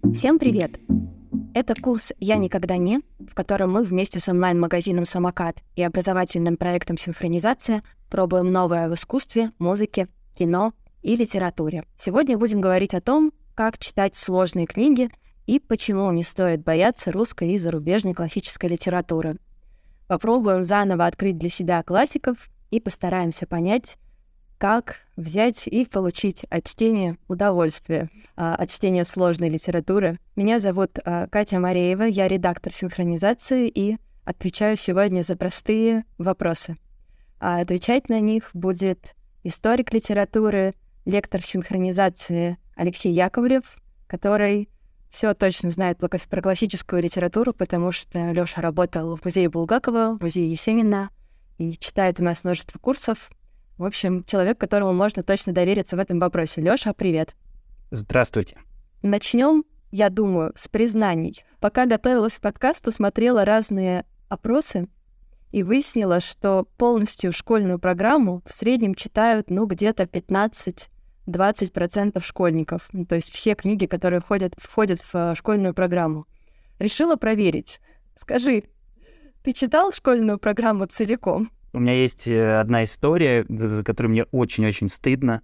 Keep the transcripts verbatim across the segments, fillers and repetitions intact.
Всем привет! Это курс «Я никогда не», в котором мы вместе с онлайн-магазином «Самокат» и образовательным проектом «Синхронизация» пробуем новое в искусстве, музыке, кино и литературе. Сегодня будем говорить о том, как читать сложные книги и почему не стоит бояться русской и зарубежной классической литературы. Попробуем заново открыть для себя классиков и постараемся понять, как взять и получить от чтения удовольствие, от чтения сложной литературы. Меня зовут Катя Мареева, я редактор «Синхронизации» и отвечаю сегодня за простые вопросы. А отвечать на них будет историк литературы, лектор «Синхронизации» Алексей Яковлев, который все точно знает про классическую литературу, потому что Лёша работал в музее Булгакова, в музее Есенина и читает у нас множество курсов. В общем, человек, которому можно точно довериться в этом вопросе. Лёша, привет. Здравствуйте. Начнем, я думаю, с признаний. Пока готовилась к подкасту, смотрела разные опросы и выяснила, что полностью школьную программу в среднем читают, ну, где-то пятнадцать-двадцать процентов школьников. Ну, то есть все книги, которые входят, входят в школьную программу. Решила проверить. Скажи, ты читал школьную программу целиком? У меня есть одна история, за которую мне очень-очень стыдно.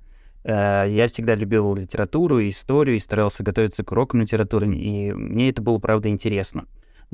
Я всегда любил литературу и историю, и старался готовиться к урокам литературы, и мне это было, правда, интересно.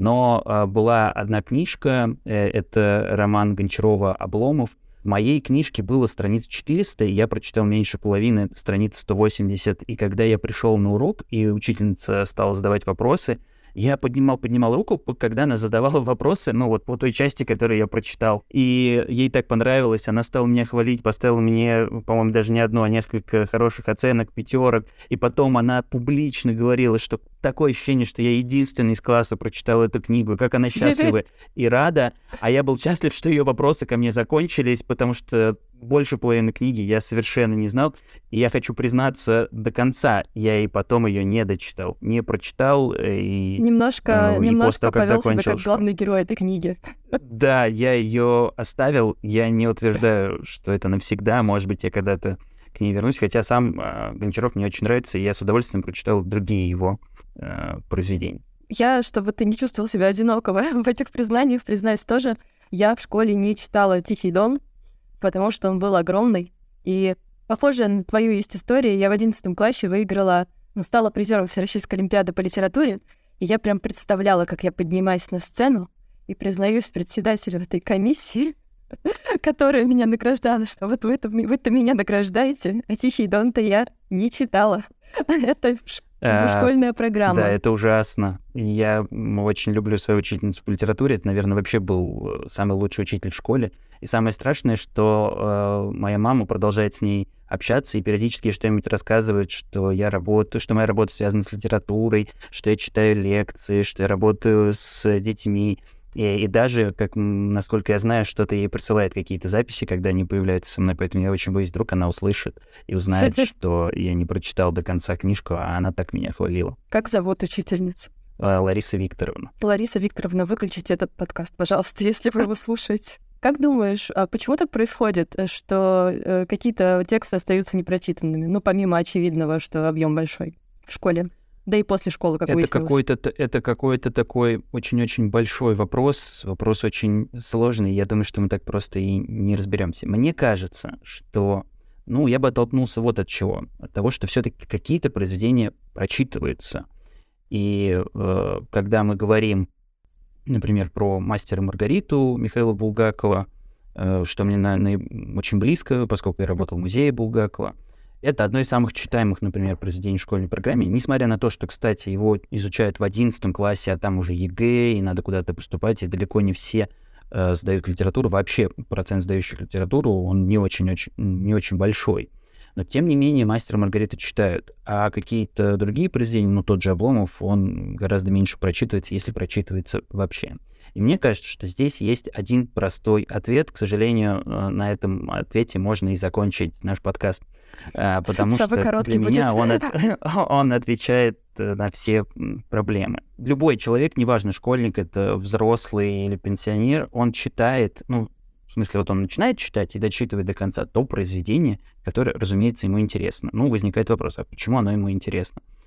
Но была одна книжка, это роман Гончарова «Обломов». В моей книжке было страниц четыреста, и я прочитал меньше половины, страниц сто восемьдесят. И когда я пришел на урок, и учительница стала задавать вопросы, я поднимал-поднимал руку, когда она задавала вопросы, ну вот по той части, которую я прочитал. И ей так понравилось, она стала меня хвалить, поставила мне, по-моему, даже не одну, а несколько хороших оценок, пятерок. И потом она публично говорила, что такое ощущение, что я единственный из класса прочитал эту книгу, как она счастлива и рада. А я был счастлив, что ее вопросы ко мне закончились, потому что больше половины книги я совершенно не знал. И я хочу признаться до конца, я и потом ее не дочитал, не прочитал. И, немножко ну, немножко того, как повел себя закончил как главный герой этой книги. Да, я ее оставил. Я не утверждаю, что это навсегда. Может быть, я когда-то к ней вернусь. Хотя сам э, Гончаров мне очень нравится, и я с удовольствием прочитал другие его э, произведения. Я, чтобы ты не чувствовал себя одинокого в этих признаниях, признаюсь тоже, я в школе не читала «Тихий дон», потому что он был огромный. И похоже на твою есть история. Я в одиннадцатом классе выиграла, ну, стала призером Всероссийской олимпиады по литературе, и я прям представляла, как я поднимаюсь на сцену и признаюсь председателю этой комиссии, которая меня награждала, что вот вы-то, вы-то меня награждаете, а «Тихий дон»-то я не читала. Это школьная программа. Да, это ужасно. Я очень люблю свою учительницу по литературе. Это, наверное, вообще был самый лучший учитель в школе. И самое страшное, что э, моя мама продолжает с ней общаться и периодически что-нибудь рассказывает, что я работаю, что моя работа связана с литературой, что я читаю лекции, что я работаю с детьми. И, и даже, как, насколько я знаю, что-то ей присылает какие-то записи, когда они появляются со мной, поэтому я очень боюсь, вдруг она услышит и узнает, что я не прочитал до конца книжку, а она так меня хвалила. Как зовут учительницу? Лариса Викторовна. Лариса Викторовна, выключите этот подкаст, пожалуйста, если вы его слушаете. Как думаешь, а почему так происходит, что э, какие-то тексты остаются непрочитанными, ну, помимо очевидного, что объем большой в школе? Да и после школы, как это выяснилось. Какой-то, это какой-то такой очень-очень большой вопрос, вопрос очень сложный. Я думаю, что мы так просто и не разберемся. Мне кажется, что, ну, я бы оттолкнулся вот от чего. От того, что все-таки какие-то произведения прочитываются. И э, когда мы говорим, например, про «Мастера и Маргариту» Михаила Булгакова, э, что мне, наверное, очень близко, поскольку я работал в музее Булгакова, это одно из самых читаемых, например, произведений в школьной программе. Несмотря на то, что, кстати, его изучают в одиннадцатом классе, а там уже ЕГЭ, и надо куда-то поступать, и далеко не все э, сдают литературу. Вообще процент сдающих литературу, он не очень-очень, не очень большой. Но, тем не менее, «Мастера и Маргариту» читают. А какие-то другие произведения, ну, тот же «Обломов», он гораздо меньше прочитывается, если прочитывается вообще. И мне кажется, что здесь есть один простой ответ. К сожалению, на этом ответе можно и закончить наш подкаст, потому Самый что для будет. меня он, от... он отвечает на все проблемы. Любой человек, неважно, школьник, это взрослый или пенсионер, он читает, ну, в смысле, вот он начинает читать и дочитывает до конца то произведение, которое, разумеется, ему интересно. Ну, возникает вопрос, а почему оно ему интересно?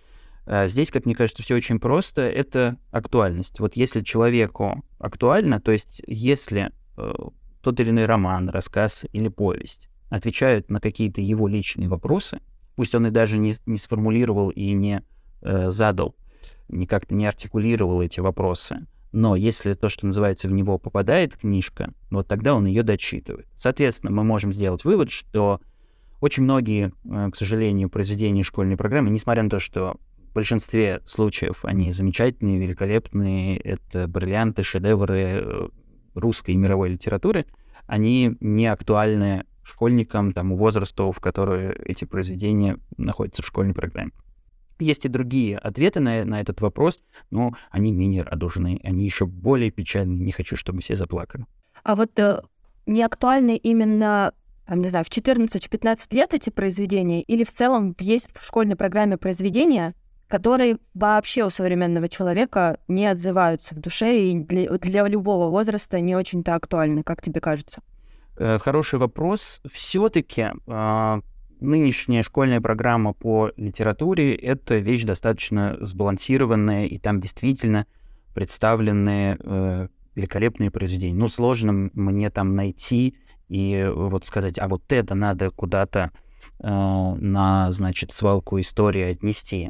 Здесь, как мне кажется, все очень просто. Это актуальность. Вот если человеку актуально, то есть если э, тот или иной роман, рассказ или повесть отвечают на какие-то его личные вопросы, пусть он и даже не, не сформулировал и не э, задал, никак не артикулировал эти вопросы, но если то, что называется, в него попадает книжка, вот тогда он ее дочитывает. Соответственно, мы можем сделать вывод, что очень многие, э, к сожалению, произведения школьной программы, несмотря на то, что в большинстве случаев они замечательные, великолепные, это бриллианты, шедевры русской и мировой литературы, они не актуальны школьникам тому возрасту, в который эти произведения находятся в школьной программе. Есть и другие ответы на, на этот вопрос, но они менее радужные, они еще более печальные, не хочу, чтобы все заплакали. А вот э, не актуальны именно, там, не знаю, в четырнадцать-пятнадцать лет эти произведения, или в целом есть в школьной программе произведения, которые вообще у современного человека не отзываются в душе и для, для любого возраста не очень-то актуальны, как тебе кажется? Хороший вопрос. Все-таки э, нынешняя школьная программа по литературе — это вещь достаточно сбалансированная, и там действительно представлены э, великолепные произведения. Ну, сложно мне там найти и вот сказать, а вот это надо куда-то э, на, значит, свалку истории отнести.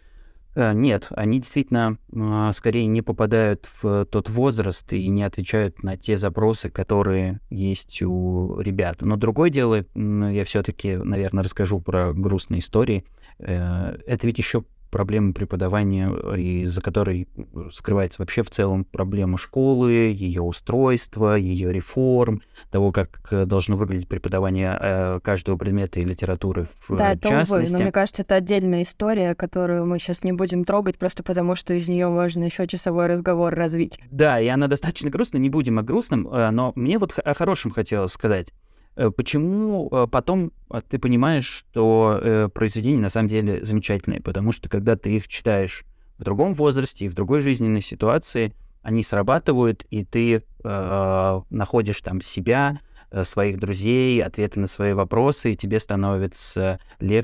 Нет, они действительно скорее не попадают в тот возраст и не отвечают на те запросы, которые есть у ребят. Но другое дело, я все-таки, наверное, расскажу про грустные истории. Это ведь еще проблема преподавания, из-за которой скрывается вообще в целом проблема школы, ее устройства, ее реформ, того, как должно выглядеть преподавание каждого предмета и литературы в да, частности. Да, это увы, но мне кажется, это отдельная история, которую мы сейчас не будем трогать, просто потому что из нее можно еще часовой разговор развить. Да, и она достаточно грустная, не будем о грустном, но мне вот о хорошем хотелось сказать. Почему потом ты понимаешь, что произведения на самом деле замечательные? Потому что когда ты их читаешь в другом возрасте и в другой жизненной ситуации, они срабатывают, и ты э, находишь там себя, своих друзей, ответы на свои вопросы, и тебе становится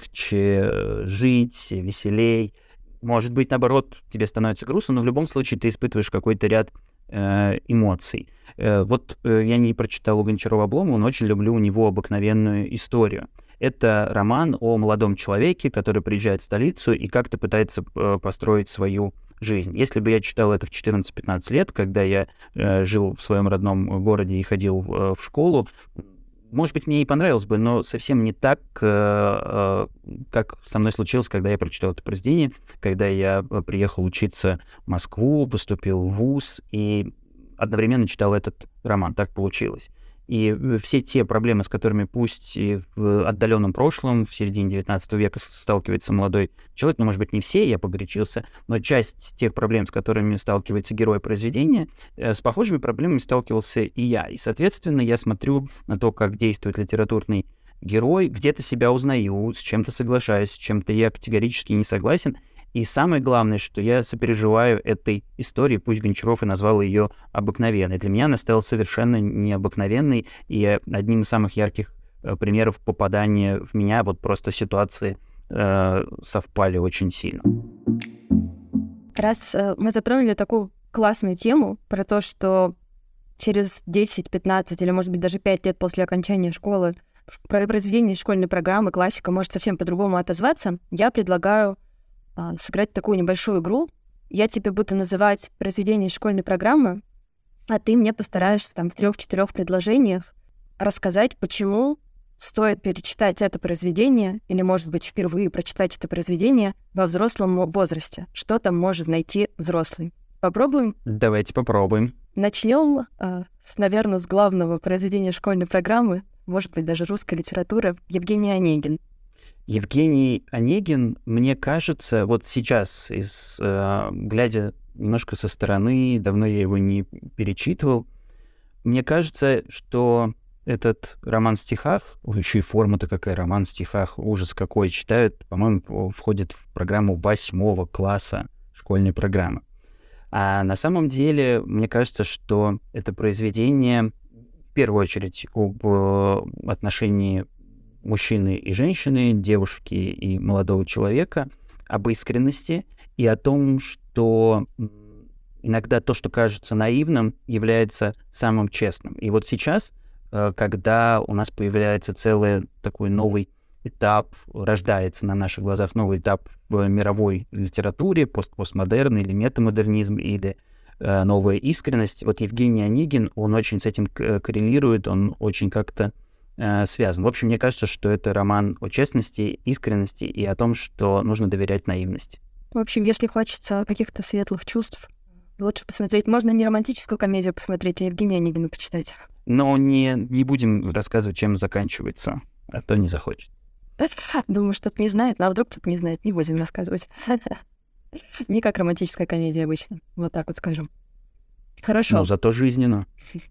легче жить, веселей. Может быть, наоборот, тебе становится грустно, но в любом случае ты испытываешь какой-то ряд эмоций. Вот я не прочитал у Гончарова Обломова, но очень люблю у него «Обыкновенную историю». Это роман о молодом человеке, который приезжает в столицу и как-то пытается построить свою жизнь. Если бы я читал это в четырнадцать-пятнадцать лет, когда я жил в своем родном городе и ходил в школу, может быть, мне и понравилось бы, но совсем не так, как со мной случилось, когда я прочитал это произведение, когда я приехал учиться в Москву, поступил в вуз и одновременно читал этот роман. Так получилось. И все те проблемы, с которыми пусть и в отдаленном прошлом, в середине девятнадцатого века сталкивается молодой человек, ну, может быть, не все, я погорячился, но часть тех проблем, с которыми сталкивается герой произведения, с похожими проблемами сталкивался и я. И, соответственно, я смотрю на то, как действует литературный герой, где-то себя узнаю, с чем-то соглашаюсь, с чем-то я категорически не согласен. И самое главное, что я сопереживаю этой истории, пусть Гончаров и назвал ее обыкновенной. Для меня она стала совершенно необыкновенной, и одним из самых ярких э, примеров попадания в меня, вот просто ситуации э, совпали очень сильно. Раз э, мы затронули такую классную тему про то, что через десять-пятнадцать или, может быть, даже пять лет после окончания школы произведение школьной программы, классика может совсем по-другому отозваться, я предлагаю сыграть такую небольшую игру. Я тебе буду называть произведение школьной программы, а ты мне постараешься там в трех-четырех предложениях рассказать, почему стоит перечитать это произведение или, может быть, впервые прочитать это произведение во взрослом возрасте. Что там может найти взрослый? Попробуем? Давайте попробуем. Начнем, наверное, с главного произведения школьной программы, может быть, даже русской литературы, Евгений Онегин. Евгений Онегин, мне кажется, вот сейчас, из, э, глядя немножко со стороны, давно я его не перечитывал, мне кажется, что этот роман в стихах, еще и форма-то какая, роман в стихах, ужас какой, читают, по-моему, входит в программу восьмого класса школьной программы. А на самом деле, мне кажется, что это произведение, в первую очередь, об отношении мужчины и женщины, девушки и молодого человека, об искренности и о том, что иногда то, что кажется наивным, является самым честным. И вот сейчас, когда у нас появляется целый такой новый этап, рождается на наших глазах новый этап в мировой литературе, пост-постмодерн или метамодернизм, или э, новая искренность. Вот Евгений Онегин, он очень с этим коррелирует, он очень как-то э, связан. В общем, мне кажется, что это роман о честности, искренности и о том, что нужно доверять наивности. В общем, если хочется каких-то светлых чувств, лучше посмотреть. Можно не романтическую комедию посмотреть, а Евгения Онегина почитать. Но не, не будем рассказывать, чем заканчивается, а то не захочет. Думаю, что кто-то не знает, а вдруг кто-то не знает, не будем рассказывать. Не как романтическая комедия обычно, вот так вот скажем. Хорошо. Но зато жизненно.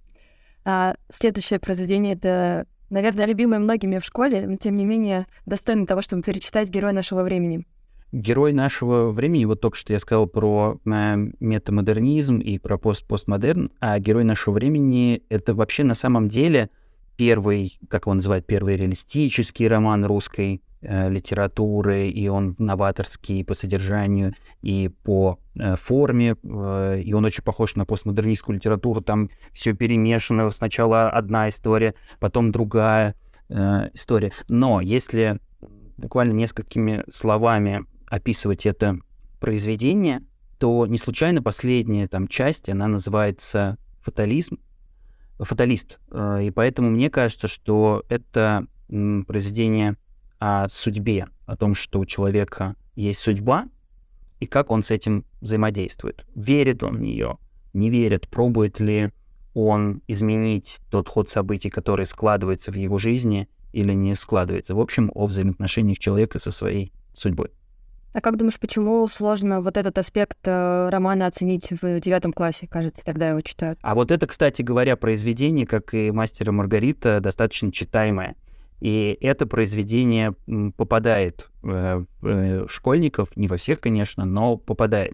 А следующее произведение — это, наверное, любимое многими в школе, но тем не менее достойно того, чтобы перечитать «Герой нашего времени». Герой нашего времени, вот только что я сказал про э, метамодернизм и про пост-постмодерн, а герой нашего времени — это вообще на самом деле первый, как его называют, первый реалистический роман русской э, литературы, и он новаторский по содержанию и по э, форме, э, и он очень похож на постмодернистскую литературу, там все перемешано, сначала одна история, потом другая э, история. Но если буквально несколькими словами описывать это произведение, то не случайно последняя там часть, она называется «Фатализм», «Фаталист». И поэтому мне кажется, что это произведение о судьбе, о том, что у человека есть судьба, и как он с этим взаимодействует. Верит он в нее, не верит, пробует ли он изменить тот ход событий, который складывается в его жизни, или не складывается. В общем, о взаимоотношениях человека со своей судьбой. А как думаешь, почему сложно вот этот аспект э, романа оценить в девятом классе? Кажется, тогда его читают. А вот это, кстати говоря, произведение, как и «Мастер и Маргарита», достаточно читаемое. И это произведение попадает в э, школьников, не во всех, конечно, но попадает.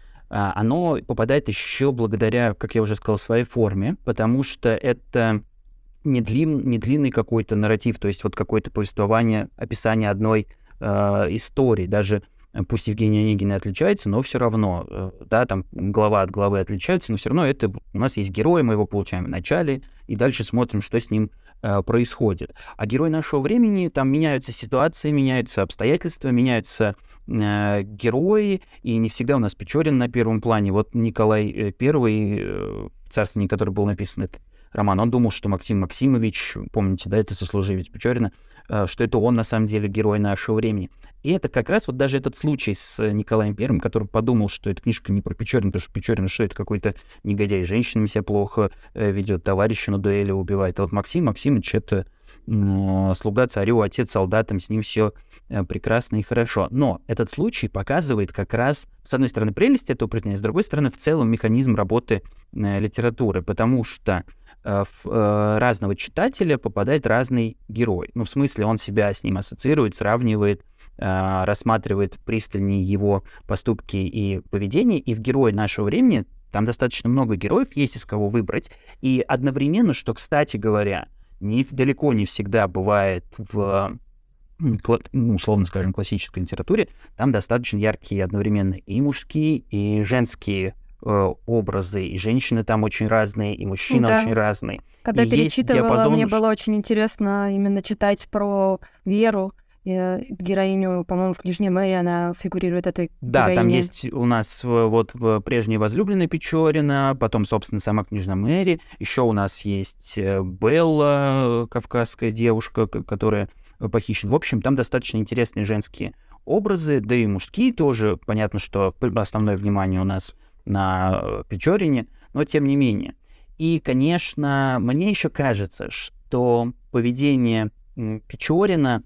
А, оно попадает еще благодаря, как я уже сказал, своей форме, потому что это не, длин, не длинный какой-то нарратив, то есть вот какое-то повествование, описание одной э, истории, даже пусть Евгения Онегина отличается, но все равно, э, да, там глава от главы отличаются, но все равно это у нас есть герой, мы его получаем в начале, и дальше смотрим, что с ним э, происходит. А герой нашего времени, там меняются ситуации, меняются обстоятельства, меняются э, герои, и не всегда у нас Печорин на первом плане. Вот Николай Первый, э, в царствовании, который был написан, это роман, он думал, что Максим Максимович, помните, да, это сослуживец Печорина, что это он на самом деле герой нашего времени. И это как раз вот даже этот случай с Николаем Первым, который подумал, что эта книжка не про Печорина, потому что Печорин, что это какой-то негодяй, с женщинами себя плохо ведет, товарища на дуэли убивает. А вот Максим Максимович — это э, слуга царю, отец солдатам, с ним все э, прекрасно и хорошо. Но этот случай показывает как раз, с одной стороны, прелесть этого произведения, с другой стороны, в целом механизм работы э, литературы, потому что в э, разного читателя попадает разный герой. Ну, в смысле, он себя с ним ассоциирует, сравнивает, э, рассматривает пристальнее его поступки и поведение. И в «Герое нашего времени» там достаточно много героев, есть из кого выбрать. И одновременно, что, кстати говоря, не, далеко не всегда бывает в, ну, условно скажем, классической литературе, там достаточно яркие одновременно и мужские, и женские образы, и женщины там очень разные, и мужчины да. очень разные. Когда и перечитывала, диапазон... мне было очень интересно именно читать про Веру, героиню, по-моему, в «Княжне Мэри» она фигурирует этой Да, героиней. там есть у нас вот в «Прежней возлюбленной» Печорина, потом, собственно, сама «Княжна Мэри», еще у нас есть Белла, кавказская девушка, которая похищена. В общем, там достаточно интересные женские образы, да и мужские тоже. Понятно, что основное внимание у нас на Печорине, но тем не менее. И, конечно, мне еще кажется, что поведение Печорина,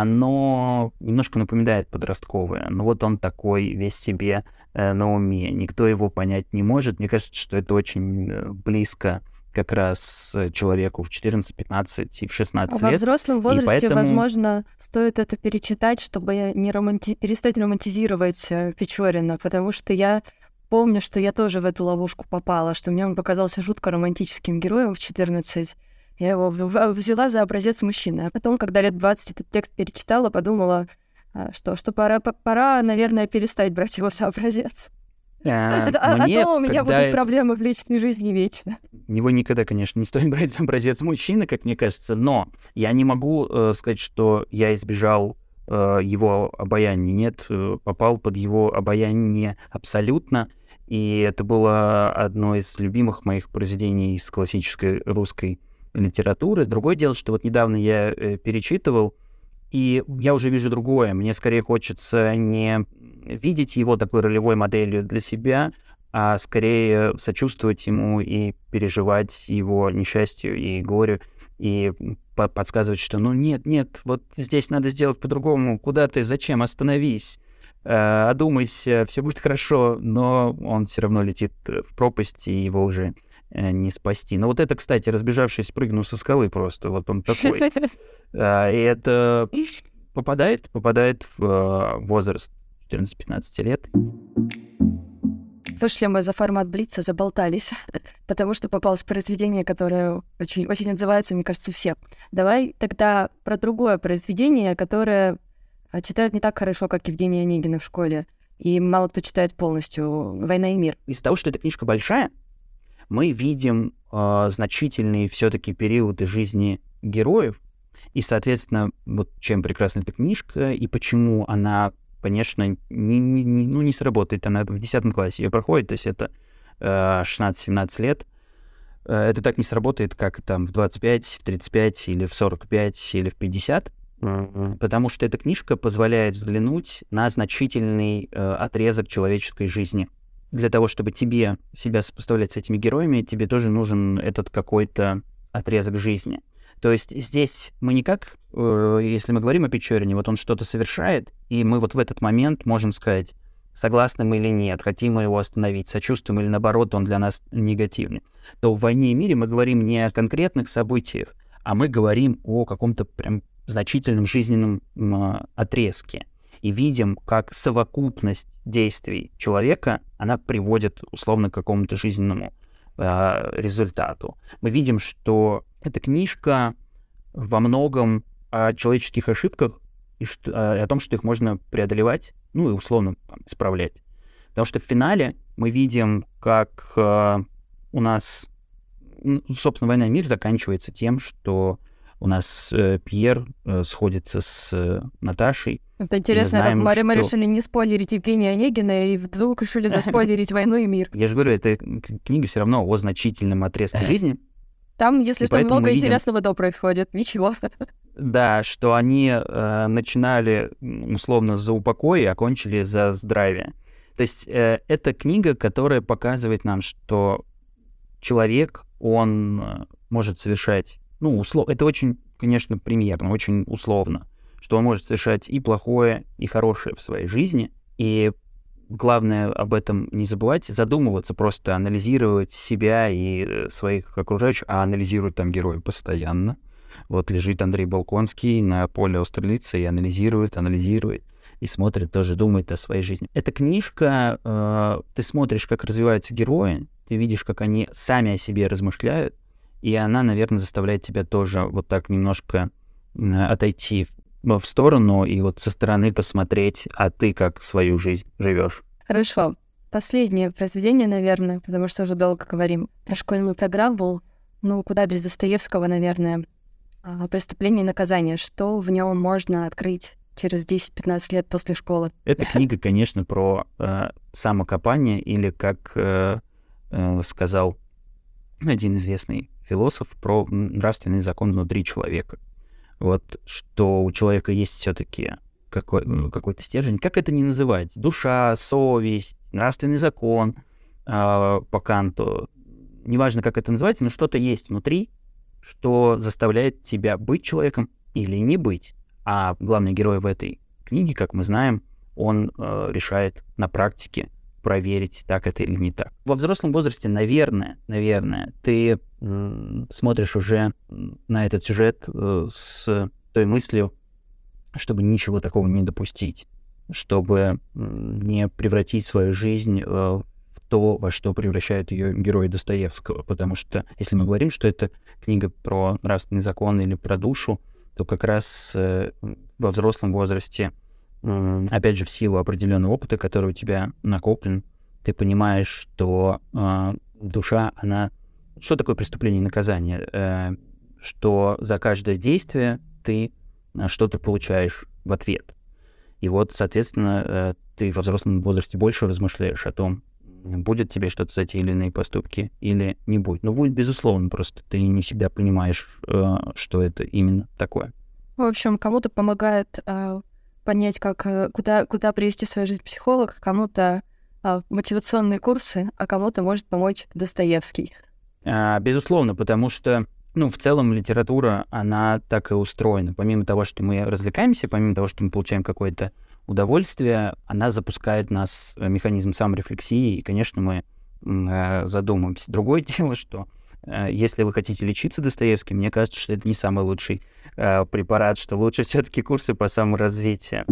оно немножко напоминает подростковое. Ну вот он такой весь себе э, на уме, никто его понять не может. Мне кажется, что это очень близко как раз человеку в четырнадцать, пятнадцать и в шестнадцать а лет. Во взрослом возрасте, поэтому... возможно, стоит это перечитать, чтобы не романти... перестать романтизировать Печорина, потому что я помню, что я тоже в эту ловушку попала, что мне он показался жутко романтическим героем в четырнадцать. Я его взяла за образец мужчины. А потом, когда лет двадцать этот текст перечитала, подумала, что, что пора, пора, наверное, перестать брать его за образец. А, а, мне, а то у меня когда... будут проблемы в личной жизни вечно. Его никогда, конечно, не стоит брать за образец мужчины, как мне кажется, но я не могу э, сказать, что я избежал э, его обаяния. Нет, э, попал под его обаяние абсолютно, и это было одно из любимых моих произведений из классической русской литературы. Другое дело, что вот недавно я э, перечитывал, и я уже вижу другое. Мне скорее хочется не видеть его такой ролевой моделью для себя, а скорее сочувствовать ему и переживать его несчастью и горю, и по- подсказывать, что ну нет, нет, вот здесь надо сделать по-другому, куда ты, зачем, остановись, э, одумайся, все будет хорошо, но он все равно летит в пропасть, и его уже э, не спасти. Но вот это, кстати, разбежавшись, прыгнул со скалы просто, вот он такой. Э, и это попадает, попадает в э, возраст четырнадцать-пятнадцать лет. Вышли мы за формат Блица, заболтались, потому что попалось произведение, которое очень, очень отзывается, мне кажется, всем. Давай тогда про другое произведение, которое читают не так хорошо, как Евгения Онегина в школе, и мало кто читает полностью «Война и мир». Из-за того, что эта книжка большая, мы видим э, значительные все-таки периоды жизни героев, и, соответственно, вот чем прекрасна эта книжка, и почему она, конечно, не, не, не, ну, не сработает. Она в десятом классе ее проходит, то есть это э, шестнадцать-семнадцать лет. Э, это так не сработает, как там в двадцать пять, в тридцать пять, или в сорок пять, или в пятьдесят, mm-hmm. потому что эта книжка позволяет взглянуть на значительный э, отрезок человеческой жизни. Для того, чтобы тебе себя сопоставлять с этими героями, тебе тоже нужен этот какой-то отрезок жизни. То есть здесь мы не как, э, если мы говорим о Печорине, вот он что-то совершает, и мы вот в этот момент можем сказать, согласны мы или нет, хотим мы его остановить, сочувствуем или наоборот он для нас негативный. То в «Войне и мире» мы говорим не о конкретных событиях, а мы говорим о каком-то прям значительном жизненном э, отрезке. И видим, как совокупность действий человека, она приводит условно к какому-то жизненному э, результату. Мы видим, что эта книжка во многом о человеческих ошибках и что, о том, что их можно преодолевать, ну и условно там, исправлять. Потому что в финале мы видим, как э, у нас, ну, собственно, «Война и мир» заканчивается тем, что у нас э, Пьер э, сходится с э, Наташей. Это интересно, знаем, мы, что... мы решили не спойлерить Евгения Онегина, и вдруг решили заспойлерить «Войну и мир». Я же говорю, эта книга все равно о значительном отрезке жизни. Там, если что, много интересного видим, да, происходит, ничего. Да, что они э, начинали условно за упокой, а кончили за здравие. То есть э, это книга, которая показывает нам, что человек, он э, может совершать, ну, условно, это очень, конечно, примерно, очень условно, что он может совершать и плохое, и хорошее в своей жизни, и главное об этом не забывать, задумываться, просто анализировать себя и своих окружающих, а анализируют там герои постоянно. Вот лежит Андрей Болконский на поле Аустерлица и анализирует, анализирует, и смотрит тоже, думает о своей жизни. Эта книжка, э, ты смотришь, как развиваются герои, ты видишь, как они сами о себе размышляют, и она, наверное, заставляет тебя тоже вот так немножко э, отойти в сторону и вот со стороны посмотреть, а ты как свою жизнь живешь. Хорошо. Последнее произведение, наверное, потому что уже долго говорим про школьную программу. Ну, куда без Достоевского, наверное. «Преступление и наказание». Что в нем можно открыть через десять-пятнадцать лет после школы? Эта книга, конечно, про э, самокопание, или, как э, э, сказал один известный философ, про нравственный закон внутри человека. Вот, что у человека есть все-таки какой, какой-то стержень. Как это ни называть? Душа, совесть, нравственный закон э, по Канту. Неважно, как это называть, но что-то есть внутри, что заставляет тебя быть человеком или не быть. А главный герой в этой книге, как мы знаем, он э, решает на практике проверить, так это или не так. Во взрослом возрасте, наверное, наверное, ты э, смотришь уже на этот сюжет э, с той мыслью, чтобы ничего такого не допустить, чтобы э, не превратить свою жизнь э, в то, во что превращают ее герои Достоевского. Потому что, если мы говорим, что это книга про нравственный закон или про душу, то как раз э, во взрослом возрасте опять же, в силу определенного опыта, который у тебя накоплен, ты понимаешь, что э, душа, она... Что такое преступление и наказание? Э, что за каждое действие ты что-то получаешь в ответ. И вот, соответственно, э, ты во взрослом возрасте больше размышляешь о том, будет тебе что-то за те или иные поступки или не будет. Но будет, безусловно, просто ты не всегда понимаешь, э, что это именно такое. В общем, кому-то помогает э, понять, как, э, куда, куда привести свою жизнь психолог, кому-то э, мотивационные курсы, а кому-то может помочь Достоевский. А, безусловно, потому что, ну, в целом литература, она так и устроена. Помимо того, что мы развлекаемся, помимо того, что мы получаем какое-то удовольствие, она запускает нас в механизм саморефлексии, и, конечно, мы э, задумываемся. Другое дело, что э, если вы хотите лечиться Достоевским, мне кажется, что это не самый лучший э, препарат, что лучше все-таки курсы по саморазвитию.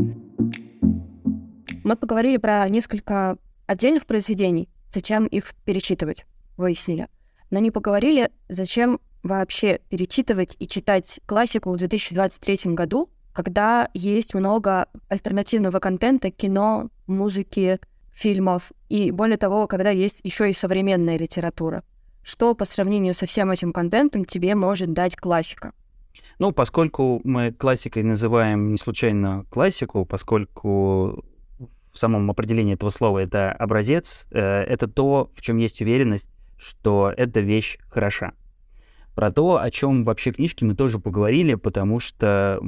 Мы поговорили про несколько отдельных произведений, зачем их перечитывать, выяснили. Но не поговорили, зачем вообще перечитывать и читать классику в две тысячи двадцать третьем году, когда есть много альтернативного контента, кино, музыки, фильмов, и более того, когда есть еще и современная литература. Что по сравнению со всем этим контентом тебе может дать классика? Ну, поскольку мы классикой называем не случайно классику, поскольку в самом определении этого слова это образец, это то, в чем есть уверенность, что эта вещь хороша. Про то, о чем вообще книжки, мы тоже поговорили, потому что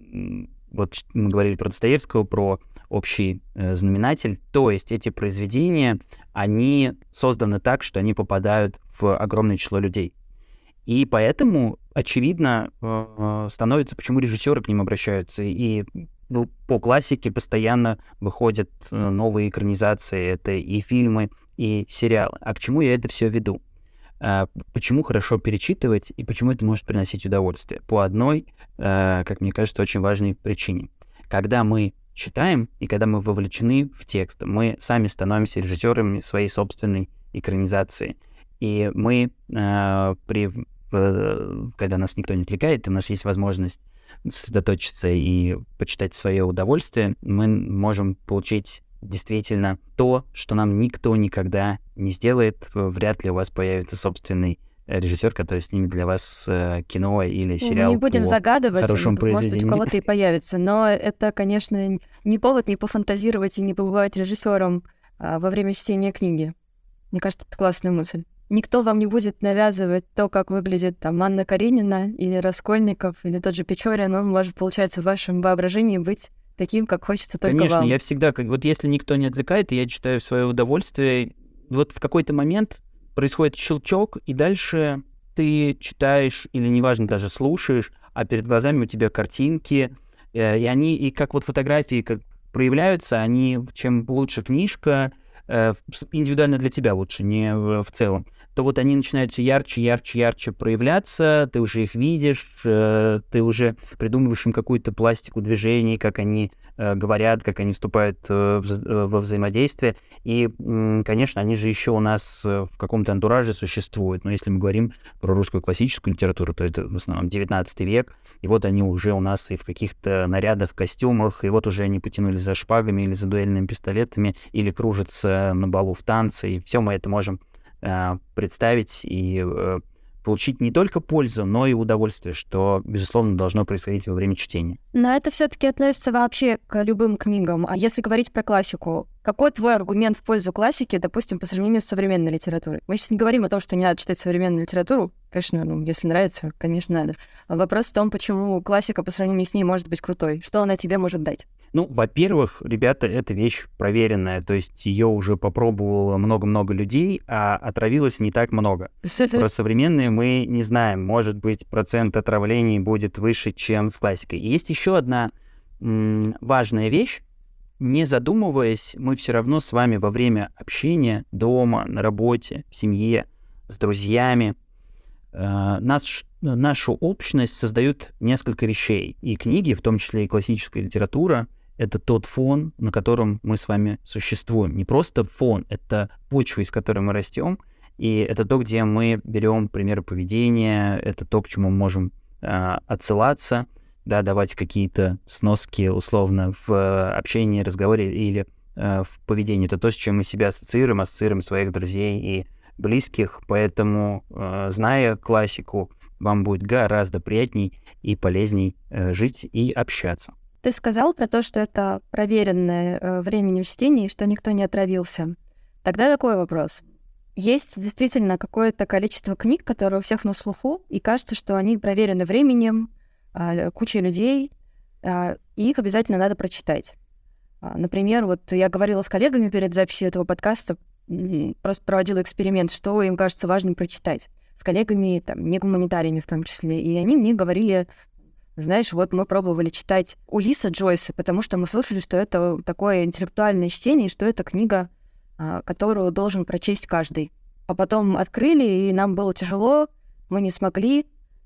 вот мы говорили про Достоевского, про общий э, знаменатель, то есть эти произведения, они созданы так, что они попадают в огромное число людей. И поэтому, очевидно, э, становится, почему режиссеры к ним обращаются. И ну, по классике постоянно выходят э, новые экранизации, это и фильмы, и сериалы. А к чему я это все веду? Почему хорошо перечитывать и почему это может приносить удовольствие? По одной, как мне кажется, очень важной причине. Когда мы читаем и когда мы вовлечены в текст, мы сами становимся режиссерами своей собственной экранизации. И мы, при, когда нас никто не отвлекает, и у нас есть возможность сосредоточиться и почитать в свое удовольствие, мы можем получить действительно то, что нам никто никогда не сделает. Вряд ли у вас появится собственный режиссер, который снимет для вас кино или сериал. Мы не будем по загадывать, хорошему может быть, у кого-то и появится, но это, конечно, не повод не пофантазировать и не побывать режиссером а, во время чтения книги. Мне кажется, это классная мысль. Никто вам не будет навязывать то, как выглядит там Анна Каренина или Раскольников, или тот же Печорин. Он может, получается, в вашем воображении быть таким, как хочется только Конечно, вам. я всегда, как вот если никто не отвлекает, я читаю в свое удовольствие. Вот в какой-то момент происходит щелчок, и дальше ты читаешь, или неважно, даже слушаешь, а перед глазами у тебя картинки, и они, и как вот фотографии как проявляются, они, чем лучше книжка, индивидуально для тебя лучше, не в целом, то вот они начинают все ярче, ярче, ярче проявляться, ты уже их видишь, ты уже придумываешь им какую-то пластику движений, как они говорят, как они вступают во взаимодействие. И, конечно, они же еще у нас в каком-то антураже существуют. Но если мы говорим про русскую классическую литературу, то это в основном девятнадцатый век, и вот они уже у нас и в каких-то нарядах, костюмах, и вот уже они потянулись за шпагами или за дуэльными пистолетами, или кружатся на балу в танце, и все мы это можем э, представить и э, получить не только пользу, но и удовольствие, что, безусловно, должно происходить во время чтения. Но это все-таки относится вообще к любым книгам. А если говорить про классику, какой твой аргумент в пользу классики, допустим, по сравнению с современной литературой? Мы сейчас не говорим о том, что не надо читать современную литературу. Конечно, ну, если нравится, конечно, надо. А вопрос в том, почему классика по сравнению с ней может быть крутой. Что она тебе может дать? Ну, во-первых, ребята, эта вещь проверенная, то есть ее уже попробовало много-много людей, а отравилось не так много. Про современные мы не знаем, может быть, процент отравлений будет выше, чем с классикой. И есть еще одна м- важная вещь. Не задумываясь, мы все равно с вами во время общения дома, на работе, в семье, с друзьями, э, наш, нашу общность создают несколько вещей. И книги, в том числе и классическая литература, это тот фон, на котором мы с вами существуем. Не просто фон, это почва, из которой мы растем, и это то, где мы берем примеры поведения, это то, к чему мы можем э, отсылаться, да, давать какие-то сноски условно в общении, разговоре или э, в поведении. Это то, с чем мы себя ассоциируем, ассоциируем своих друзей и близких, поэтому, э, зная классику, вам будет гораздо приятней и полезней э, жить и общаться. Ты сказал про то, что это проверенное э, временем чтение, и что никто не отравился. Тогда такой вопрос. Есть действительно какое-то количество книг, которые у всех на слуху, и кажется, что они проверены временем, э, кучей людей, э, и их обязательно надо прочитать. Э, например, вот я говорила с коллегами перед записью этого подкаста, просто проводила эксперимент, что им кажется важным прочитать. С коллегами, там, не гуманитариями в том числе. И они мне говорили, знаешь, вот мы пробовали читать Улисса Джойса, потому что мы слышали, что это такое интеллектуальное чтение, и что это книга, которую должен прочесть каждый. А потом открыли, и нам было тяжело, мы не смогли,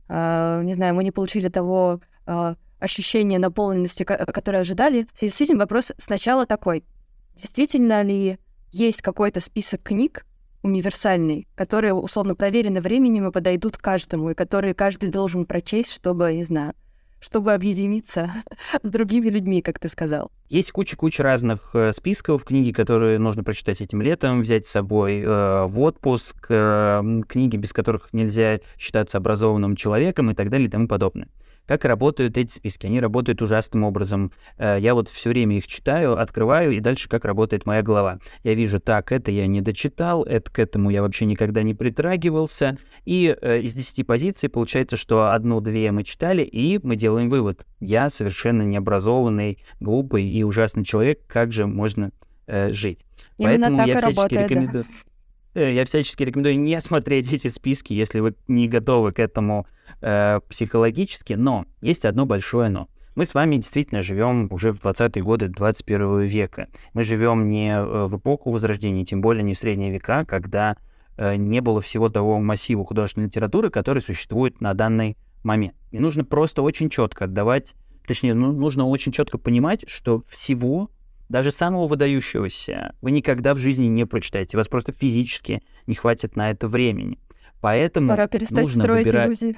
не знаю, мы не получили того ощущения наполненности, которое ожидали. В связи с этим вопрос сначала такой. Действительно ли есть какой-то список книг универсальный, которые условно проверены временем и подойдут каждому, и которые каждый должен прочесть, чтобы, не знаю, чтобы объединиться с другими людьми, как ты сказал? Есть куча-куча разных э, списков, книги, которые нужно прочитать этим летом, взять с собой э, в отпуск, э, книги, без которых нельзя считаться образованным человеком и так далее и тому подобное. Как работают эти списки? Они работают ужасным образом. Я вот все время их читаю, открываю, и дальше как работает моя голова. Я вижу, так, это я не дочитал, это, к этому я вообще никогда не притрагивался. И э, из десяти позиций получается, что одну-две мы читали, и мы делаем вывод. Я совершенно необразованный, глупый и ужасный человек. Как же можно э, жить? Именно Поэтому так я и всячески работает, рекомендую... да. Я всячески рекомендую не смотреть эти списки, если вы не готовы к этому э, психологически, но есть одно большое но. Мы с вами действительно живем уже в двадцатые годы двадцать первого века. Мы живем не в эпоху Возрождения, тем более не в средние века, когда э, не было всего того массива художественной литературы, который существует на данный момент. И нужно просто очень четко отдавать, точнее, ну, нужно очень четко понимать, что всего... Даже самого выдающегося вы никогда в жизни не прочитаете. У вас просто физически не хватит на это времени. Поэтому пора перестать нужно строить выбирать... иллюзии.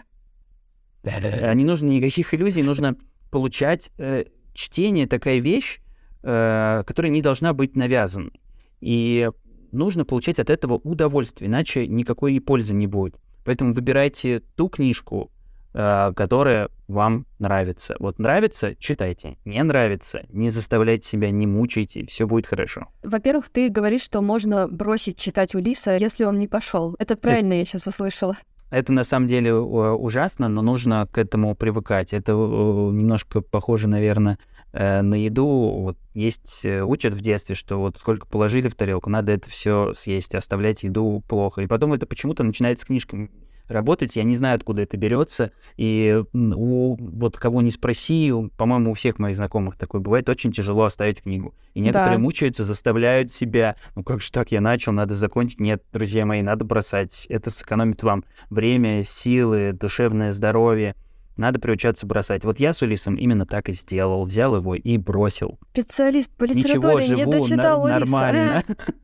Не нужно никаких иллюзий, нужно получать... Э, чтение — такая вещь, э, которая не должна быть навязанной. И нужно получать от этого удовольствие, иначе никакой пользы не будет. Поэтому выбирайте ту книжку, которая вам нравится. Вот нравится — читайте. Не нравится — не заставляйте себя, не мучайте, все будет хорошо. Во-первых, ты говоришь, что можно бросить читать Улисса, если он не пошел. Это правильно, это... я сейчас услышала. Это на самом деле ужасно, но нужно к этому привыкать. Это немножко похоже, наверное, на еду. Вот есть, учат в детстве, что вот сколько положили в тарелку, надо это все съесть, оставлять еду плохо. И потом это почему-то начинает с книжками работать, я не знаю, откуда это берется, и у, вот кого не спроси, по-моему, у всех моих знакомых такое бывает, очень тяжело оставить книгу. И некоторые да. мучаются, заставляют себя, ну как же так, я начал, надо закончить. Нет, друзья мои, надо бросать. Это сэкономит вам время, силы, душевное здоровье. Надо приучаться бросать. Вот я с Улиссом именно так и сделал, взял его и бросил. Специалист по литературе. Ничего, живу не дочитал на- Улисса. нормально.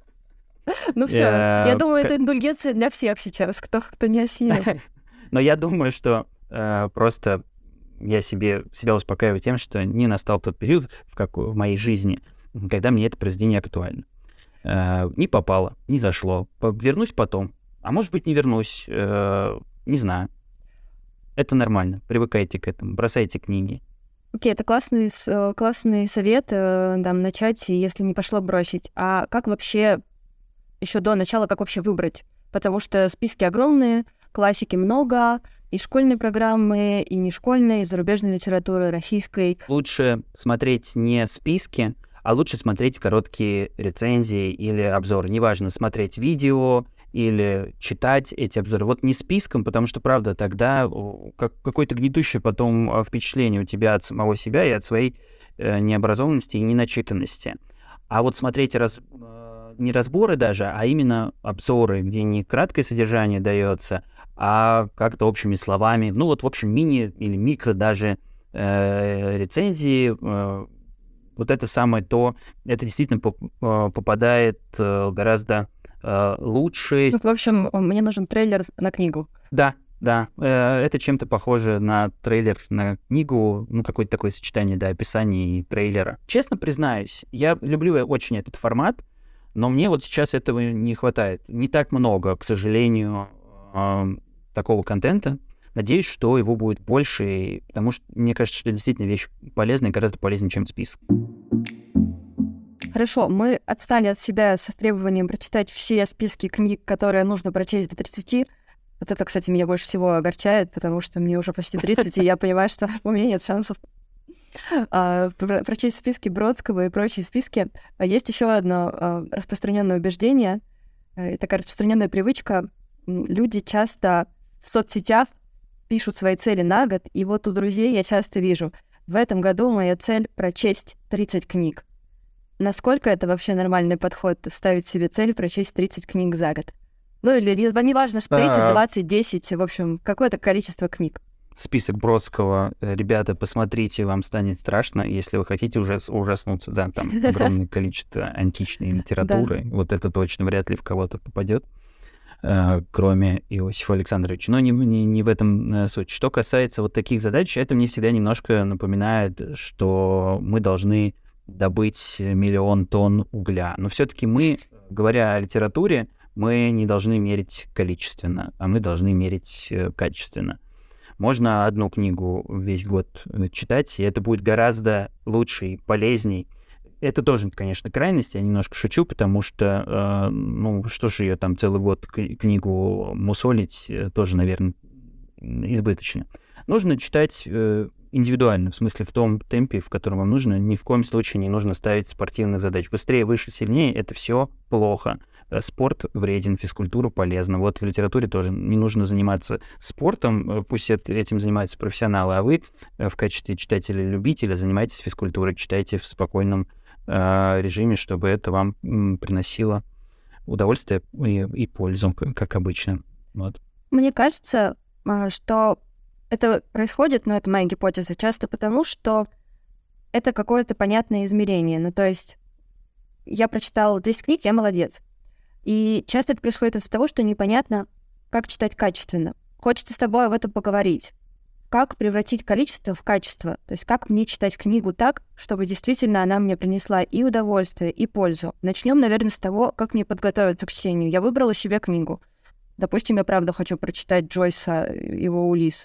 Ну все, я думаю, это индульгенция для всех сейчас, кто, кто не осилил. Но я думаю, что э, просто я себе, себя успокаиваю тем, что не настал тот период в, как, в моей жизни, когда мне это произведение актуально. Э, не попало, не зашло. Вернусь потом. А может быть, не вернусь. Э, не знаю. Это нормально. Привыкайте к этому. Бросайте книги. Окей, okay, это классный, классный совет, э, там, начать, если не пошло, бросить. А как вообще... еще до начала, как вообще выбрать, потому что списки огромные, классики много, и школьной программы, и не школьной, и зарубежной литературы, российской. Лучше смотреть не списки, а лучше смотреть короткие рецензии или обзоры. Неважно, смотреть видео или читать эти обзоры. Вот не списком, потому что, правда, тогда как, какое-то гнетущее потом впечатление у тебя от самого себя и от своей э, необразованности и неначитанности. А вот смотреть раз... не разборы даже, а именно обзоры, где не краткое содержание дается, а как-то общими словами. Ну вот, в общем, мини или микро даже э, рецензии. Э, вот это самое то, это действительно поп- попадает э, гораздо э, лучше. Ну, в общем, мне нужен трейлер на книгу. Да, Да, э, это чем-то похоже на трейлер на книгу, ну, какое-то такое сочетание, да, описания и трейлера. Честно признаюсь, я люблю очень этот формат, но мне вот сейчас этого не хватает. Не так много, к сожалению, э, такого контента. Надеюсь, что его будет больше, потому что мне кажется, что это действительно вещь полезная, гораздо полезнее, чем список. Хорошо, мы отстали от себя со требованием прочитать все списки книг, которые нужно прочесть до тридцати. Вот это, кстати, меня больше всего огорчает, потому что мне уже почти тридцать, и я понимаю, что у меня нет шансов а, прочесть списки Бродского и прочие списки. А есть еще одно а, распространенное убеждение, и такая распространенная привычка. Люди часто в соцсетях пишут свои цели на год, и вот у друзей я часто вижу: в этом году моя цель — прочесть тридцать книг. Насколько это вообще нормальный подход — ставить себе цель прочесть тридцать книг за год? Ну или не важно, что тридцать, двадцать, десять, в общем, какое-то количество книг. Список Бродского, ребята, посмотрите, вам станет страшно, если вы хотите ужас, ужаснуться. Да, там огромное количество античной литературы, вот это точно вряд ли в кого-то попадет, кроме Иосифа Александровича. Но не, не, не в этом суть. Что касается вот таких задач, это мне всегда немножко напоминает, что мы должны добыть миллион тонн угля. Но все-таки мы, говоря о литературе, мы не должны мерить количественно, а мы должны мерить качественно. Можно одну книгу весь год читать, и это будет гораздо лучше и полезней. Это тоже, конечно, крайность, я немножко шучу, потому что, э, ну, что же ее там целый год книгу мусолить, тоже, наверное, избыточно. Нужно читать э, индивидуально, в смысле в том темпе, в котором вам нужно. Ни в коем случае не нужно ставить спортивных задач. Быстрее, выше, сильнее — это все плохо. Спорт вреден, физкультура полезна. Вот в литературе тоже не нужно заниматься спортом, пусть этим занимаются профессионалы, а вы в качестве читателя-любителя занимаетесь физкультурой, читайте в спокойном э, режиме, чтобы это вам м, приносило удовольствие и, и пользу, как обычно. Вот. Мне кажется, что это происходит, но это моя гипотеза, часто потому, что это какое-то понятное измерение. Ну, то есть я прочитала десять книг, я молодец. И часто это происходит из-за того, что непонятно, как читать качественно. Хочется с тобой об этом поговорить. Как превратить количество в качество? То есть как мне читать книгу так, чтобы действительно она мне принесла и удовольствие, и пользу. Начнем, наверное, с того, как мне подготовиться к чтению. Я выбрала себе книгу. Допустим, я правда хочу прочитать Джойса, его «Улисс».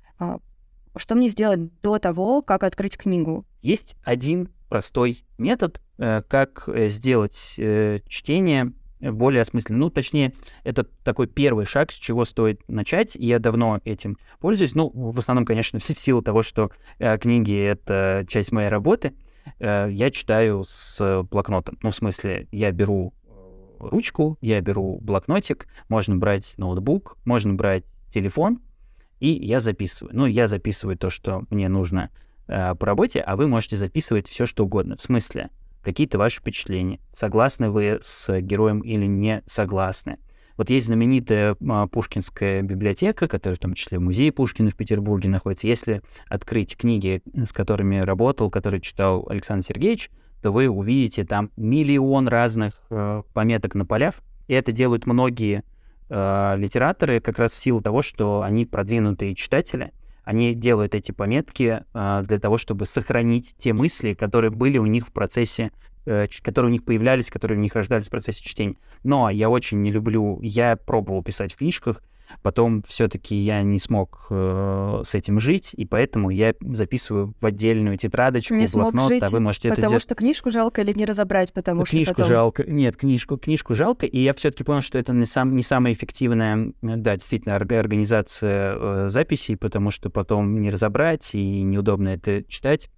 Что мне сделать до того, как открыть книгу? Есть один простой метод, как сделать чтение более осмысленно. Ну, точнее, это такой первый шаг, с чего стоит начать, и я давно этим пользуюсь. Ну, в основном, конечно, в силу того, что э, книги — это часть моей работы, э, я читаю с блокнотом. Ну, в смысле, я беру ручку, я беру блокнотик, можно брать ноутбук, можно брать телефон, и я записываю. Ну, я записываю то, что мне нужно э, по работе, а вы можете записывать все, что угодно. В смысле, какие-то ваши впечатления. Согласны вы с героем или не согласны? Вот есть знаменитая а, Пушкинская библиотека, которая в том числе в музее Пушкина в Петербурге находится. Если открыть книги, с которыми работал, которые читал Александр Сергеевич, то вы увидите там миллион разных э, пометок на полях. И это делают многие э, литераторы как раз в силу того, что они продвинутые читатели. Они делают эти пометки э, для того, чтобы сохранить те мысли, которые были у них в процессе, э, которые у них появлялись, которые у них рождались в процессе чтения. Но я очень не люблю, я пробовал писать в книжках, потом все-таки я не смог э, с этим жить, и поэтому я записываю в отдельную тетрадочку, не блокнот, жить, а вы можете это делать. Потому делать. что книжку жалко или не разобрать, потому книжку что потом... жалко. Нет, книжку, книжку жалко, и я все-таки понял, что это не, сам, не самая эффективная, да, действительно, организация э, записей, потому что потом не разобрать, и неудобно это читать.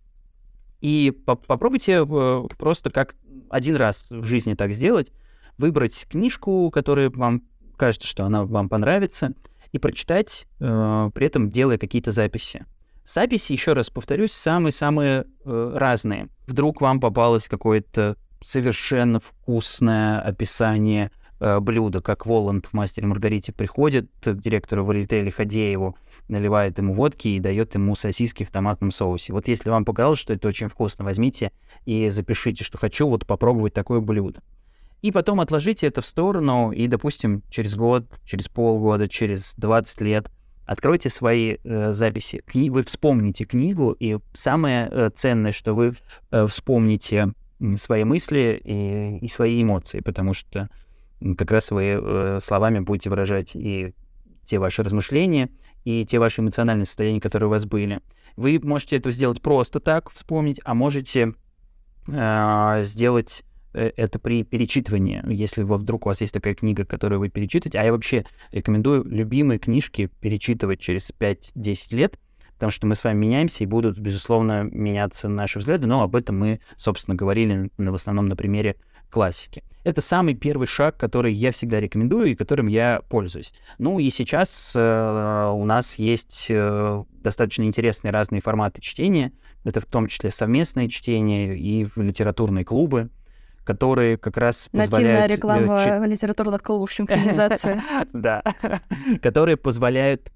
И по попробуйте э, просто как один раз в жизни так сделать, выбрать книжку, которая вам кажется, что она вам понравится, и прочитать, э, при этом делая какие-то записи. Записи, еще раз повторюсь, самые-самые э, разные. Вдруг вам попалось какое-то совершенно вкусное описание э, блюда, как Воланд в «Мастере и Маргарите» приходит к директору Валерию Лиходееву, наливает ему водки и дает ему сосиски в томатном соусе. Вот если вам показалось, что это очень вкусно, возьмите и запишите, что хочу вот попробовать такое блюдо. И потом отложите это в сторону, и, допустим, через год, через полгода, через двадцать лет Откройте свои э, записи, кни- вы вспомните книгу, и самое э, ценное, что вы э, вспомните свои мысли и, и свои эмоции, потому что как раз вы э, словами будете выражать и те ваши размышления, и те ваши эмоциональные состояния, которые у вас были. Вы можете это сделать просто так, вспомнить, а можете э, сделать это при перечитывании, если вы, вдруг у вас есть такая книга, которую вы перечитываете. А я вообще рекомендую любимые книжки перечитывать через пять-десять лет, потому что мы с вами меняемся, и будут, безусловно, меняться наши взгляды, но об этом мы, собственно, говорили в основном на примере классики. Это самый первый шаг, который я всегда рекомендую и которым я пользуюсь. Ну и сейчас э, у нас есть э, достаточно интересные разные форматы чтения. Это в том числе совместное чтение и литературные клубы, которые как раз позволяют... Нативная реклама ч... литературных клубов синхронизации. Да, которые позволяют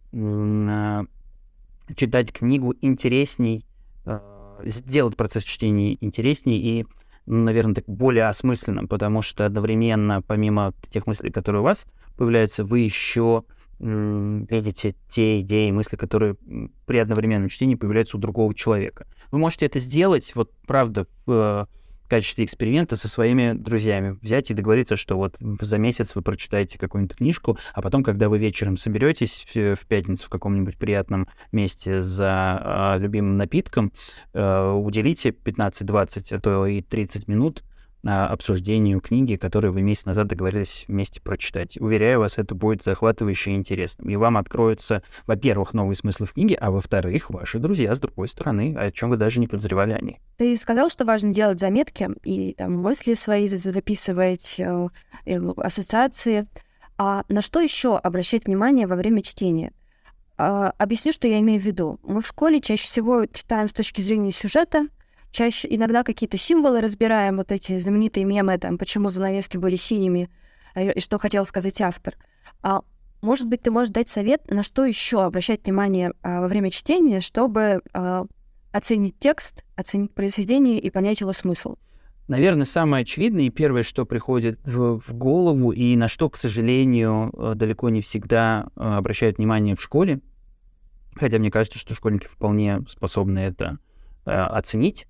читать книгу интересней, сделать процесс чтения интересней и, наверное, так более осмысленным, потому что одновременно, помимо тех мыслей, которые у вас появляются, вы еще видите те идеи и мысли, которые при одновременном чтении появляются у другого человека. Вы можете это сделать, вот правда, в качестве эксперимента со своими друзьями. Взять и договориться, что вот за месяц вы прочитаете какую-нибудь книжку, а потом, когда вы вечером соберетесь в, в пятницу в каком-нибудь приятном месте за а, любимым напитком, а, уделите пятнадцать-двадцать, а то и тридцать минут а, обсуждению книги, которую вы месяц назад договорились вместе прочитать. Уверяю вас, это будет захватывающе и интересно. И вам откроются, во-первых, новые смыслы в книге, а во-вторых, ваши друзья с другой стороны, о чем вы даже не подозревали о них. Ты сказал, что важно делать заметки и там мысли свои записывать, э, э, ассоциации. А на что еще обращать внимание во время чтения? Э, объясню, что я имею в виду. Мы в школе чаще всего читаем с точки зрения сюжета, чаще иногда какие-то символы разбираем, вот эти знаменитые мемы, там, почему занавески были синими, и что хотел сказать автор. А может быть, ты можешь дать совет, на что еще обращать внимание а, во время чтения, чтобы а, оценить текст, оценить произведение и понять его смысл? Наверное, самое очевидное и первое, что приходит в, в голову, и на что, к сожалению, далеко не всегда обращают внимание в школе, хотя мне кажется, что школьники вполне способны это а, оценить.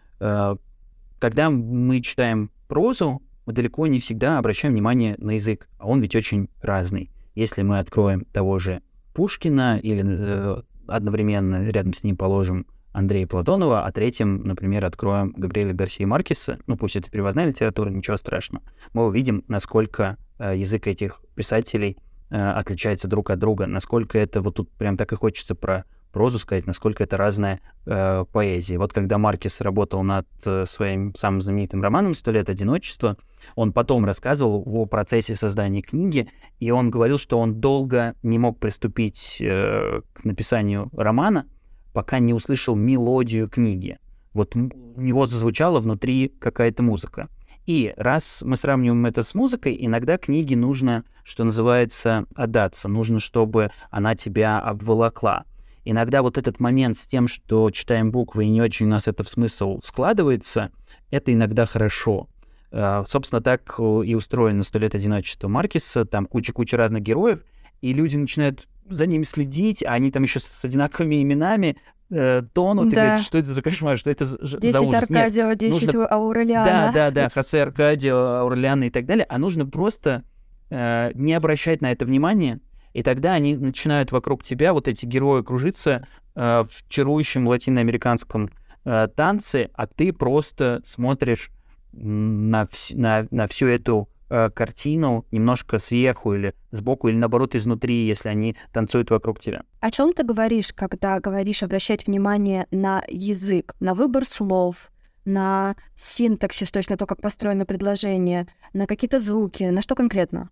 Когда мы читаем прозу, мы далеко не всегда обращаем внимание на язык, а он ведь очень разный. Если мы откроем того же Пушкина или э, одновременно рядом с ним положим Андрея Платонова, а третьим, например, откроем Габриэля Гарсия Маркеса, ну пусть это переводная литература, ничего страшного, мы увидим, насколько э, язык этих писателей э, отличается друг от друга, насколько это, вот тут прям так и хочется про прозу сказать, насколько это разная э, поэзия. Вот когда Маркес работал над э, своим самым знаменитым романом «Сто лет одиночества», он потом рассказывал о процессе создания книги, и он говорил, что он долго не мог приступить э, к написанию романа, пока не услышал мелодию книги. Вот у него зазвучала внутри какая-то музыка. И раз мы сравниваем это с музыкой, иногда книге нужно, что называется, отдаться. Нужно, чтобы она тебя обволокла. Иногда вот этот момент с тем, что читаем буквы и не очень у нас это в смысл складывается, это иногда хорошо. Uh, собственно, так и устроено «Сто лет одиночества» Маркеса, там куча-куча разных героев, и люди начинают за ними следить, а они там еще с одинаковыми именами э, тонут, да. И говорят, что это за кошмар, что это за ужас. десять Аркадио, десять нужно... Аурелиана. Да, да, да, Хосе Аркадио, Аурелиана и так далее, а нужно просто э, не обращать на это внимания, и тогда они начинают вокруг тебя, вот эти герои, кружиться э, в чарующем латиноамериканском э, танце, а ты просто смотришь на, вс- на, на всю эту э, картину немножко сверху или сбоку, или наоборот изнутри, если они танцуют вокруг тебя. О чем ты говоришь, когда говоришь обращать внимание на язык, на выбор слов, на синтаксис, то есть на то, как построено предложение, на какие-то звуки, на что конкретно?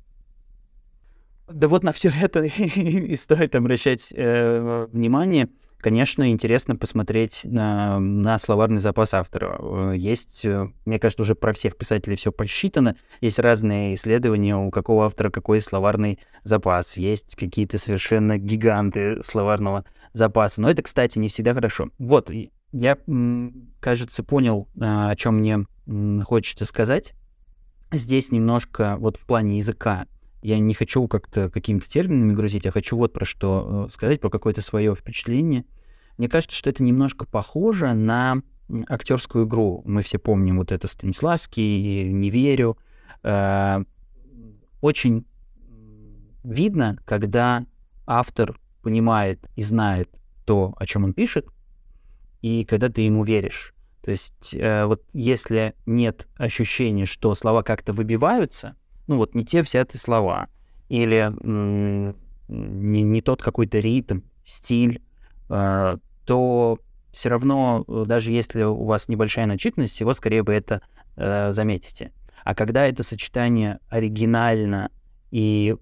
Да вот на все это и стоит обращать э, внимание. Конечно, интересно посмотреть на, на словарный запас автора. Есть, мне кажется, уже про всех писателей все посчитано. Есть разные исследования, у какого автора какой словарный запас. Есть какие-то совершенно гиганты словарного запаса. Но это, кстати, не всегда хорошо. Вот, я, кажется, понял, о чем мне хочется сказать. Здесь немножко вот в плане языка я не хочу как-то какими-то терминами грузить, я хочу вот про что сказать, про какое-то свое впечатление. Мне кажется, что это немножко похоже на актерскую игру. Мы все помним вот это Станиславский, «Не верю». Очень видно, когда автор понимает и знает то, о чем он пишет, и когда ты ему веришь. То есть вот если нет ощущения, что слова как-то выбиваются, ну вот не те взятые слова, или м- не, не тот какой-то ритм, стиль, э, то все равно, даже если у вас небольшая начитанность, всего скорее вы это э, заметите. А когда это сочетание оригинально и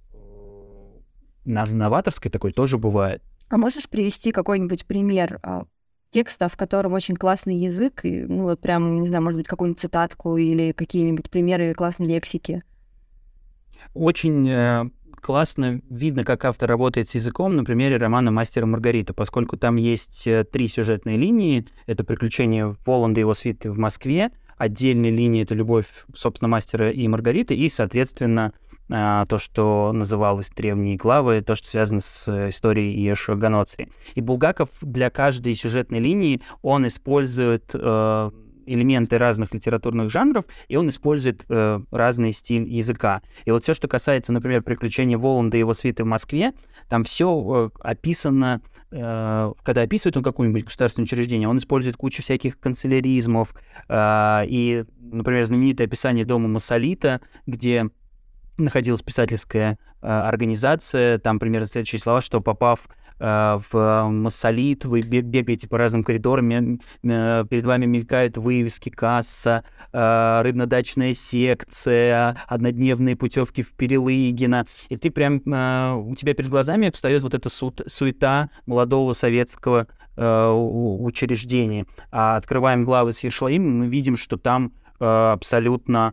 новаторское такое тоже бывает. А можешь привести какой-нибудь пример а, текста, в котором очень классный язык, и, ну вот прям, не знаю, может быть, какую-нибудь цитатку или какие-нибудь примеры классной лексики? Очень э, классно видно, как автор работает с языком на примере романа «Мастер и Маргарита», поскольку там есть э, три сюжетные линии. Это приключения Воланда и его свиты в Москве, отдельная линия — это любовь, собственно, Мастера и Маргариты, и, соответственно, э, то, что называлось древние главы, то, что связано с историей Иешуа Ганоцри. И Булгаков для каждой сюжетной линии, он использует э, элементы разных литературных жанров, и он использует э, разный стиль языка. И вот все, что касается, например, приключений Воланда и его свиты в Москве, там все э, описано, э, когда описывает он какое-нибудь государственное учреждение, он использует кучу всяких канцеляризмов, э, и, например, знаменитое описание дома Массолита, где находилась писательская э, организация, там примерно следующие слова, что попав в Массолит, вы бегаете по разным коридорам, перед вами мелькают вывески, касса, рыбно-дачная секция, однодневные путевки в Перелыгино, и ты прям, у тебя перед глазами встает вот эта суета молодого советского учреждения. А открываем главы с Иерошалаим, мы видим, что там абсолютно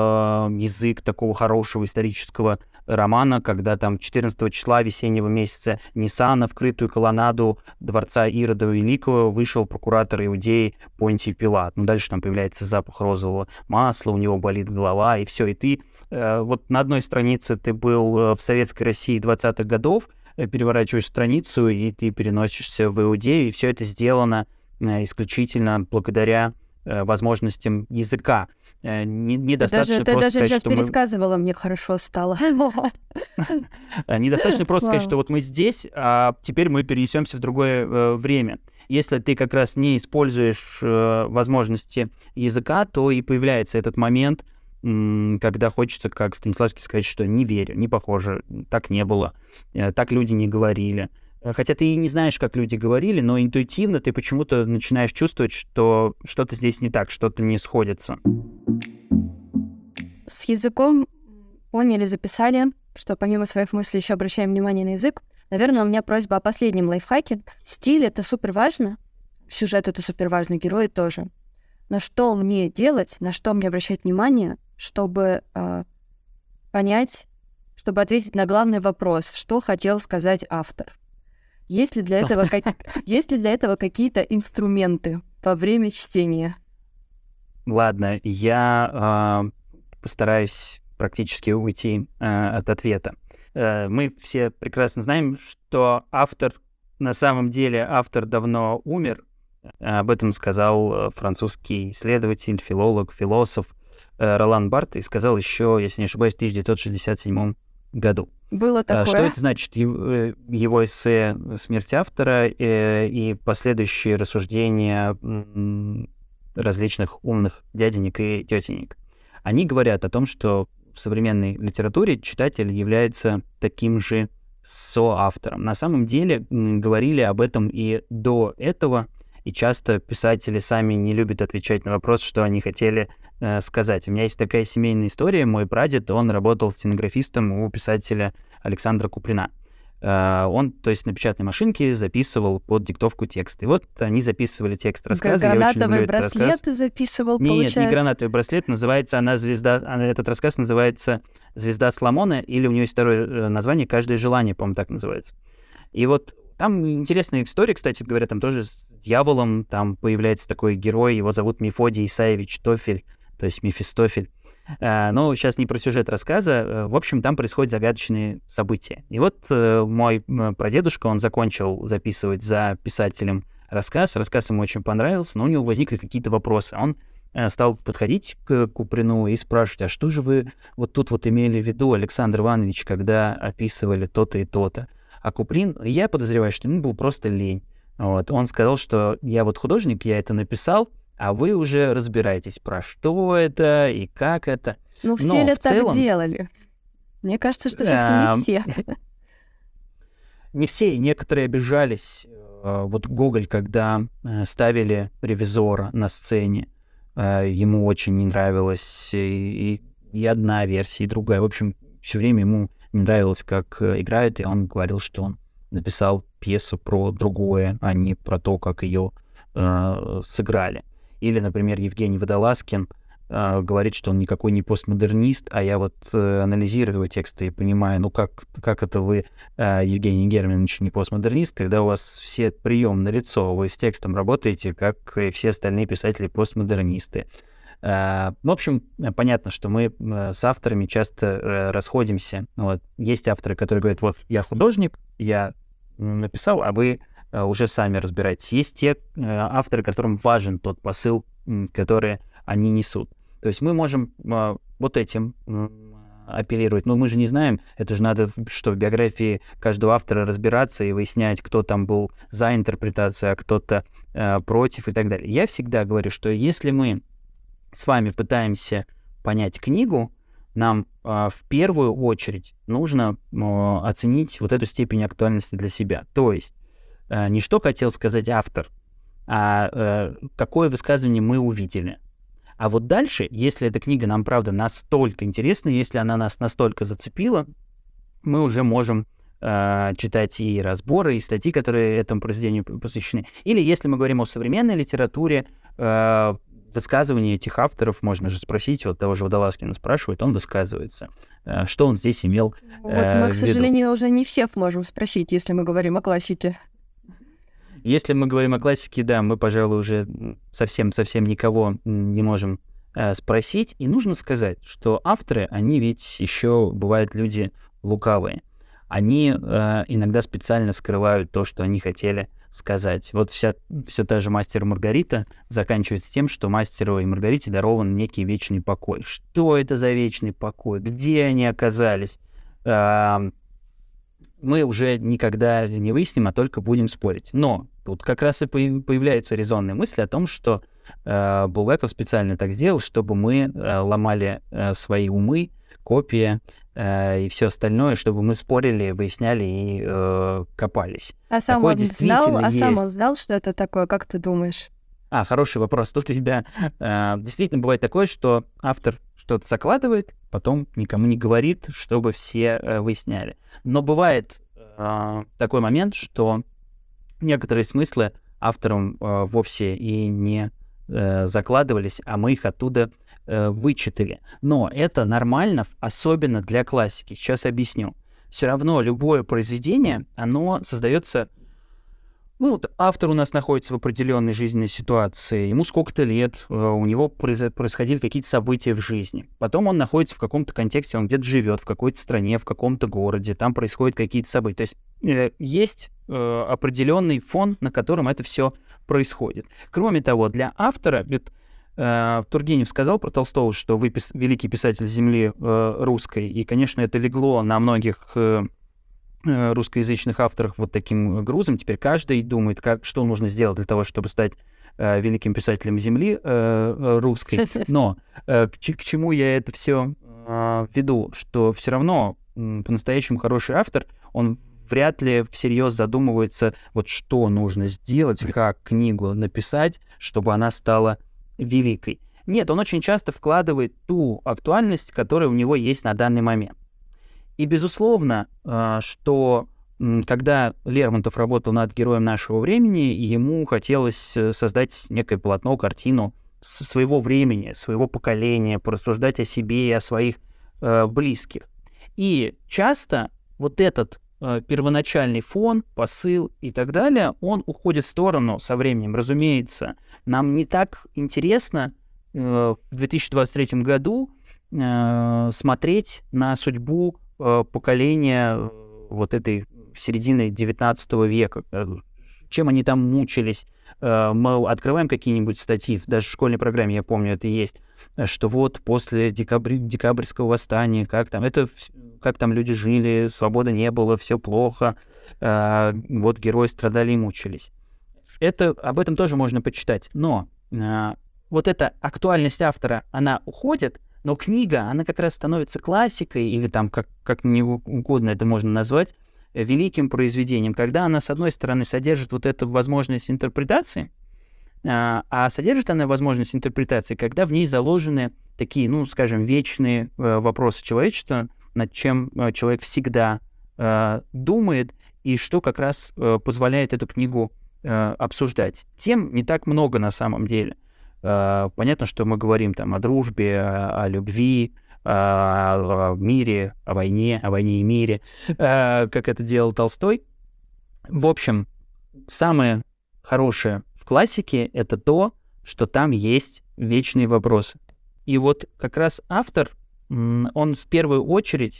язык такого хорошего исторического романа, когда там четырнадцатого числа весеннего месяца Ниссана в крытую колоннаду дворца Ирода Великого вышел прокуратор Иудеи Понтий Пилат. Ну, дальше там появляется запах розового масла, у него болит голова, и все. И ты э, вот на одной странице ты был в Советской России двадцатых годов, э, переворачиваешь страницу, и ты переносишься в Иудею, и все это сделано э, исключительно благодаря возможностям языка. Недостаточно даже, просто ты даже сказать, сейчас что пересказывала, мы... мне хорошо стало. Недостаточно просто сказать, что вот мы здесь, а теперь мы перенесемся в другое э, время. Если ты как раз не используешь э, возможности языка, то и появляется этот момент, м- когда хочется, как Станиславский, сказать, что не верю, не похоже, так не было, э, так люди не говорили. Хотя ты и не знаешь, как люди говорили, но интуитивно ты почему-то начинаешь чувствовать, что что-то здесь не так, что-то не сходится. С языком поняли, записали, что помимо своих мыслей еще обращаем внимание на язык. Наверное, у меня просьба о последнем лайфхаке. Стиль — это супер важно, сюжет — это супер важно, герои тоже. Но что мне делать, на что мне обращать внимание, чтобы э, понять, чтобы ответить на главный вопрос, что хотел сказать автор? Есть ли для этого, как... Есть ли для этого какие-то инструменты во время чтения? Ладно, я э, постараюсь практически уйти э, от ответа. Э, мы все прекрасно знаем, что автор, на самом деле, автор давно умер. Об этом сказал французский исследователь, филолог, философ э, Ролан Барт, и сказал еще, если не ошибаюсь, в тысяча девятьсот шестьдесят седьмом году. Было такое. Что это значит? Его эссе «Смерть автора» и последующие рассуждения различных умных дяденек и тетенек. Они говорят о том, что в современной литературе читатель является таким же соавтором. На самом деле говорили об этом и до этого, и часто писатели сами не любят отвечать на вопрос, что они хотели э, сказать. У меня есть такая семейная история. Мой прадед, он работал стенографистом у писателя Александра Куприна. Э, он, то есть на печатной машинке записывал под диктовку текст. И вот они записывали текст рассказа. Гранатовые браслеты записывал, Нет, получается? Нет, не гранатовый браслет. Называется она «Звезда». Этот рассказ называется «Звезда Соломона», или у него есть второе название «Каждое желание», по-моему, так называется. И вот там интересная история, кстати говоря, там тоже с дьяволом, там появляется такой герой, его зовут Мефодий Исаевич Тофель, то есть Мефистофель. А, но сейчас не про сюжет рассказа. В общем, там происходят загадочные события. И вот э, мой прадедушка, он закончил записывать за писателем рассказ. Рассказ ему очень понравился, но у него возникли какие-то вопросы. Он э, стал подходить к Куприну и спрашивать, а что же вы вот тут вот имели в виду, Александр Иванович, когда описывали то-то и то-то? А Куприн, я подозреваю, что ему был просто лень. Вот. Он сказал, что я вот художник, я это написал, а вы уже разбираетесь, про что это и как это. Ну, все ли так делали? Мне кажется, что все-таки не все. Не все, некоторые обижались. Вот Гоголь, когда ставили ревизора на сцене, ему очень не нравилось и, и одна версия, и другая. В общем, все время ему не нравилось, как играют, и он говорил, что он написал пьесу про другое, а не про то, как ее э, сыграли. Или, например, Евгений Водолазкин э, говорит, что он никакой не постмодернист, а я вот э, анализирую его тексты и понимаю, ну как, как это вы, э, Евгений Германович, не постмодернист, когда у вас все приемы налицо, вы с текстом работаете, как и все остальные писатели постмодернисты. Э, в общем, понятно, что мы э, с авторами часто э, расходимся. Вот. Есть авторы, которые говорят, вот я художник, я написал, а вы уже сами разбираетесь. Есть те э, авторы, которым важен тот посыл, м, который они несут. То есть мы можем э, вот этим э, апеллировать. Но мы же не знаем, это же надо, что в биографии каждого автора разбираться и выяснять, кто там был за интерпретацию, а кто-то э, против и так далее. Я всегда говорю, что если мы с вами пытаемся понять книгу, нам э, в первую очередь нужно э, оценить вот эту степень актуальности для себя. То есть не что хотел сказать автор, а э, какое высказывание мы увидели. А вот дальше, если эта книга нам, правда, настолько интересна, если она нас настолько зацепила, мы уже можем э, читать и разборы, и статьи, которые этому произведению посвящены. Или если мы говорим о современной литературе, э, высказывания этих авторов, можно же спросить, вот того же Водолазкина спрашивают, он высказывается. Э, что он здесь имел э, вот мы, к в виду. сожалению, уже не всех можем спросить, если мы говорим о классике. Если мы говорим о классике, да, мы, пожалуй, уже совсем-совсем никого не можем э, спросить. И нужно сказать, что авторы, они ведь еще бывают люди лукавые. Они э, иногда специально скрывают то, что они хотели сказать. Вот вся, все та же «Мастер и Маргарита» заканчивается тем, что мастеру и Маргарите дарован некий вечный покой. Что это за вечный покой? Где они оказались? Э, мы уже никогда не выясним, а только будем спорить. Но тут как раз и появляется резонная мысль о том, что э, Булгаков специально так сделал, чтобы мы э, ломали э, свои умы, копии э, и все остальное, чтобы мы спорили, выясняли и э, копались. А сам Такое он знал, а сам он знал, что это такое, как ты думаешь? А, хороший вопрос. Тут у тебя э, действительно бывает такое, что автор что-то закладывает, потом никому не говорит, чтобы все э, выясняли. Но бывает э, такой момент, что некоторые смыслы авторам э, вовсе и не э, закладывались, а мы их оттуда э, вычитали. Но это нормально, особенно для классики. Сейчас объясню. Все равно любое произведение, оно создается... Ну, вот автор у нас находится в определенной жизненной ситуации, ему сколько-то лет, у него происходили какие-то события в жизни. Потом он находится в каком-то контексте, он где-то живет, в какой-то стране, в каком-то городе, там происходят какие-то события. То есть э, есть э, определенный фон, на котором это все происходит. Кроме того, для автора, ведь э, Тургенев сказал про Толстого, что вы пис- великий писатель земли э, русской, и, конечно, это легло на многих... Э, русскоязычных авторов вот таким грузом. Теперь каждый думает, как, что нужно сделать для того, чтобы стать э, великим писателем земли э, русской. Но э, к, к чему я это все э, веду? Что все равно э, по-настоящему хороший автор, он вряд ли всерьез задумывается, вот что нужно сделать, как книгу написать, чтобы она стала великой. Нет, он очень часто вкладывает ту актуальность, которая у него есть на данный момент. И, безусловно, что когда Лермонтов работал над «Героем нашего времени», ему хотелось создать некое полотно, картину своего времени, своего поколения, порассуждать о себе и о своих близких. И часто вот этот первоначальный фон, посыл и так далее, он уходит в сторону со временем. Разумеется, нам не так интересно в две тысячи двадцать третьем году э, смотреть на судьбу э, поколения вот этой середины девятнадцатого века, чем они там мучились. Мы открываем какие-нибудь статьи, даже в школьной программе, я помню, это есть, что вот после декабрь, декабрьского восстания, как там, это, как там люди жили, свободы не было, все плохо, вот герои страдали и мучились. Это, об этом тоже можно почитать, но вот эта актуальность автора, она уходит, но книга, она как раз становится классикой, или там, как, как мне угодно это можно назвать, великим произведением, когда она, с одной стороны, содержит вот эту возможность интерпретации, а содержит она возможность интерпретации, когда в ней заложены такие, ну, скажем, вечные вопросы человечества, над чем человек всегда думает, и что как раз позволяет эту книгу обсуждать. Тем не так много на самом деле. Понятно, что мы говорим там о дружбе, о, о любви, о, о мире, о войне, о войне и мире, как это делал Толстой. В общем, самое хорошее в классике — это то, что там есть вечные вопросы. И вот как раз автор, он в первую очередь,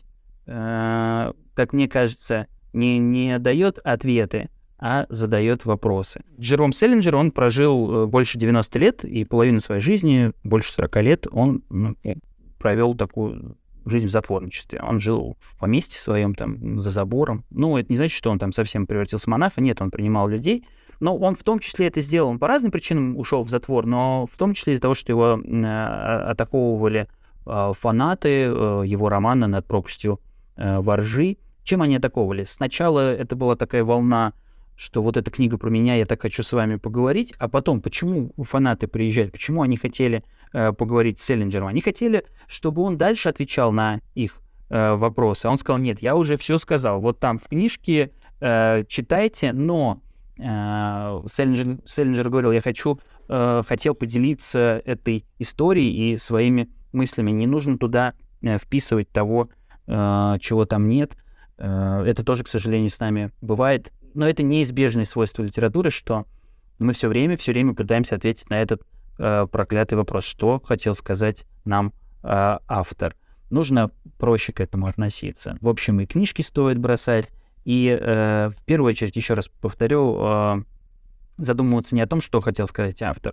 как мне кажется, не, не дает ответы, а задает вопросы. Джером Селлинджер, он прожил больше девяноста лет, и половину своей жизни, больше сорока лет, он ну, провел такую жизнь в затворничестве. Он жил в поместье своем, там, за забором. Ну, это не значит, что он там совсем превратился в монаха. Нет, он принимал людей. Но он в том числе это сделал. Он по разным причинам ушел в затвор, но в том числе из-за того, что его э, атаковывали э, фанаты э, его романа «Над пропастью э, воржи». Чем они атаковывали? Сначала это была такая волна, что вот эта книга про меня, я так хочу с вами поговорить, а потом, почему фанаты приезжают, почему они хотели э, поговорить с Селлинджером? Они хотели, чтобы он дальше отвечал на их э, вопросы. А он сказал, нет, я уже все сказал, вот там в книжке э, читайте, но э, Селлинджер, Селлинджер говорил, я хочу, э, хотел поделиться этой историей и своими мыслями, не нужно туда э, вписывать того, э, чего там нет. Э, это тоже, к сожалению, с нами бывает. Но это неизбежное свойство литературы, что мы все время, все время пытаемся ответить на этот э, проклятый вопрос, что хотел сказать нам э, автор. Нужно проще к этому относиться. В общем, и книжки стоит бросать, и э, в первую очередь, еще раз повторю, э, задумываться не о том, что хотел сказать автор,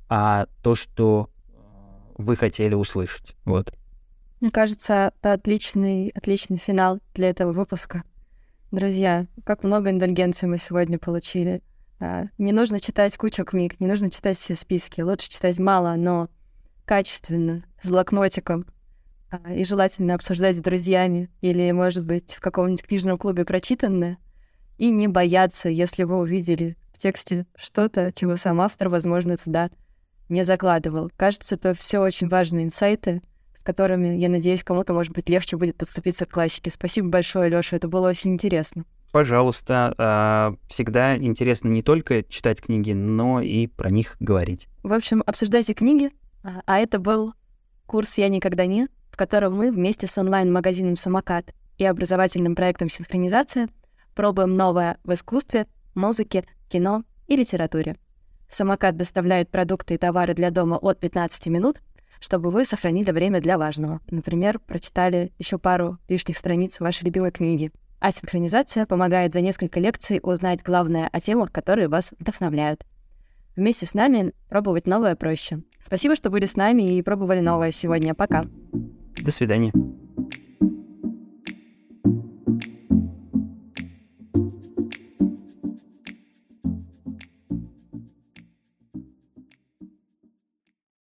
а то, что вы хотели услышать. Вот. Мне кажется, это отличный, отличный финал для этого выпуска. Друзья, как много индульгенции мы сегодня получили. Не нужно читать кучу книг, не нужно читать все списки. Лучше читать мало, но качественно, с блокнотиком. И желательно обсуждать с друзьями или, может быть, в каком-нибудь книжном клубе прочитанное. И не бояться, если вы увидели в тексте что-то, чего сам автор, возможно, туда не закладывал. Кажется, это все очень важные инсайты, с которыми, я надеюсь, кому-то, может быть, легче будет подступиться к классике. Спасибо большое, Лёша, это было очень интересно. Пожалуйста, всегда интересно не только читать книги, но и про них говорить. В общем, обсуждайте книги, а это был курс «Я никогда не», в котором мы вместе с онлайн-магазином «Самокат» и образовательным проектом «Синхронизация» пробуем новое в искусстве, музыке, кино и литературе. «Самокат» доставляет продукты и товары для дома от пятнадцати минут, чтобы вы сохранили время для важного. Например, прочитали еще пару лишних страниц вашей любимой книги. А синхронизация помогает за несколько лекций узнать главное о темах, которые вас вдохновляют. Вместе с нами пробовать новое проще. Спасибо, что были с нами и пробовали новое сегодня. Пока. До свидания.